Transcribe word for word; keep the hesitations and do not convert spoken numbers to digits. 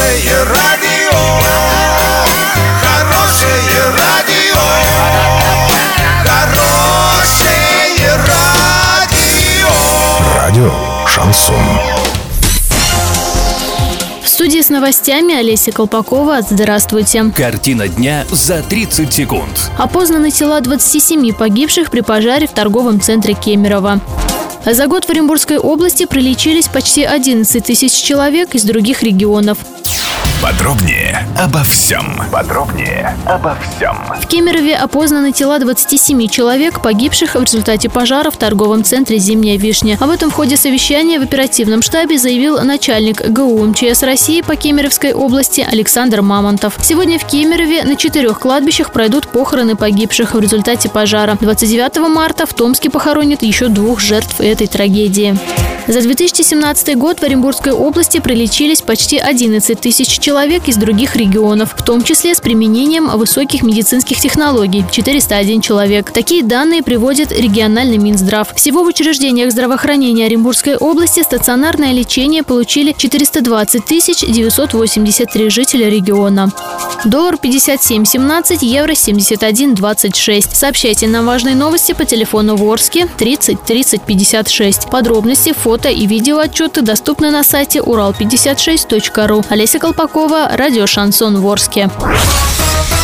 Хорошее радио, хорошее радио, хорошее радио. Радио Шансон. В студии с новостями Олеся Колпакова. Здравствуйте. Картина дня за тридцать секунд. Опознаны тела двадцати семи погибших при пожаре в торговом центре Кемерово. За год в Оренбургской области пролечились почти одиннадцать тысяч человек из других регионов. Подробнее обо всем. Подробнее обо всем. В Кемерове опознаны тела двадцати семи человек, погибших в результате пожара в торговом центре «Зимняя вишня». Об этом в ходе совещания в оперативном штабе заявил начальник ГУ МЧС России по Кемеровской области Александр Мамонтов. Сегодня в Кемерове на четырех кладбищах пройдут похороны погибших в результате пожара. двадцать девятого марта в Томске похоронят еще двух жертв этой трагедии. За две тысячи семнадцатый год в Оренбургской области пролечились почти одиннадцать тысяч человек из других регионов, в том числе с применением высоких медицинских технологий – четыреста один человек. Такие данные приводит региональный Минздрав. Всего в учреждениях здравоохранения Оренбургской области стационарное лечение получили четыреста двадцать тысяч девятьсот восемьдесят три жителя региона. Доллар пятьдесят семь семнадцать, евро семьдесят один двадцать шесть. Сообщайте нам важные новости по телефону Ворске тридцать тридцать пятьдесят шесть. Подробности, фото и видеоотчеты доступны на сайте урал пятьдесят шесть точка ру. Олеся Колпакова, радио Шансон в Ворске.